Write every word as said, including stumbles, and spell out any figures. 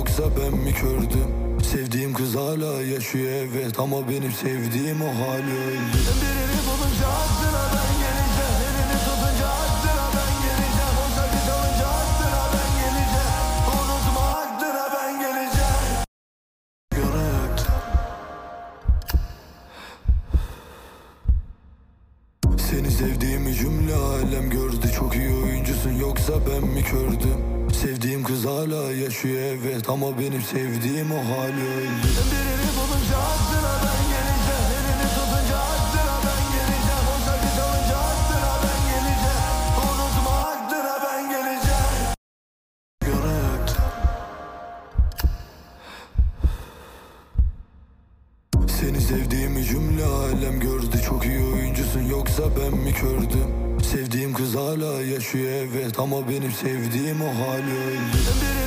yoksa ben mi kördüm? Sevdiğim kız hala yaşıyor evet, ama benim sevdiğim o hali öldü. Birini bulunca aklına ben geleceğim, elini tutunca aklına ben geleceğim, o sakız alınca aklına ben geleceğim, unutma aklına ben geleceğim. Yönet. Seni sevdiğimi cümle alem gördü, çok iyi oyuncusun yoksa ben mi kördüm? Sevdiğim kız hala yaşıyor evet, ama benim sevdiğim o hali öldü. Birini bulunca aklına ben geleceğim, elini tutunca aklına ben geleceğim, o sakız alınca aklına ben geleceğim, unutma aklına ben geleceğim. Yönet. Seni sevdiğimi cümle alem gördü, çok iyi oyuncusun yoksa ben mi kördüm? Sevdiğim kız hala yaşıyor evet, ama benim sevdiğim o hali öldü.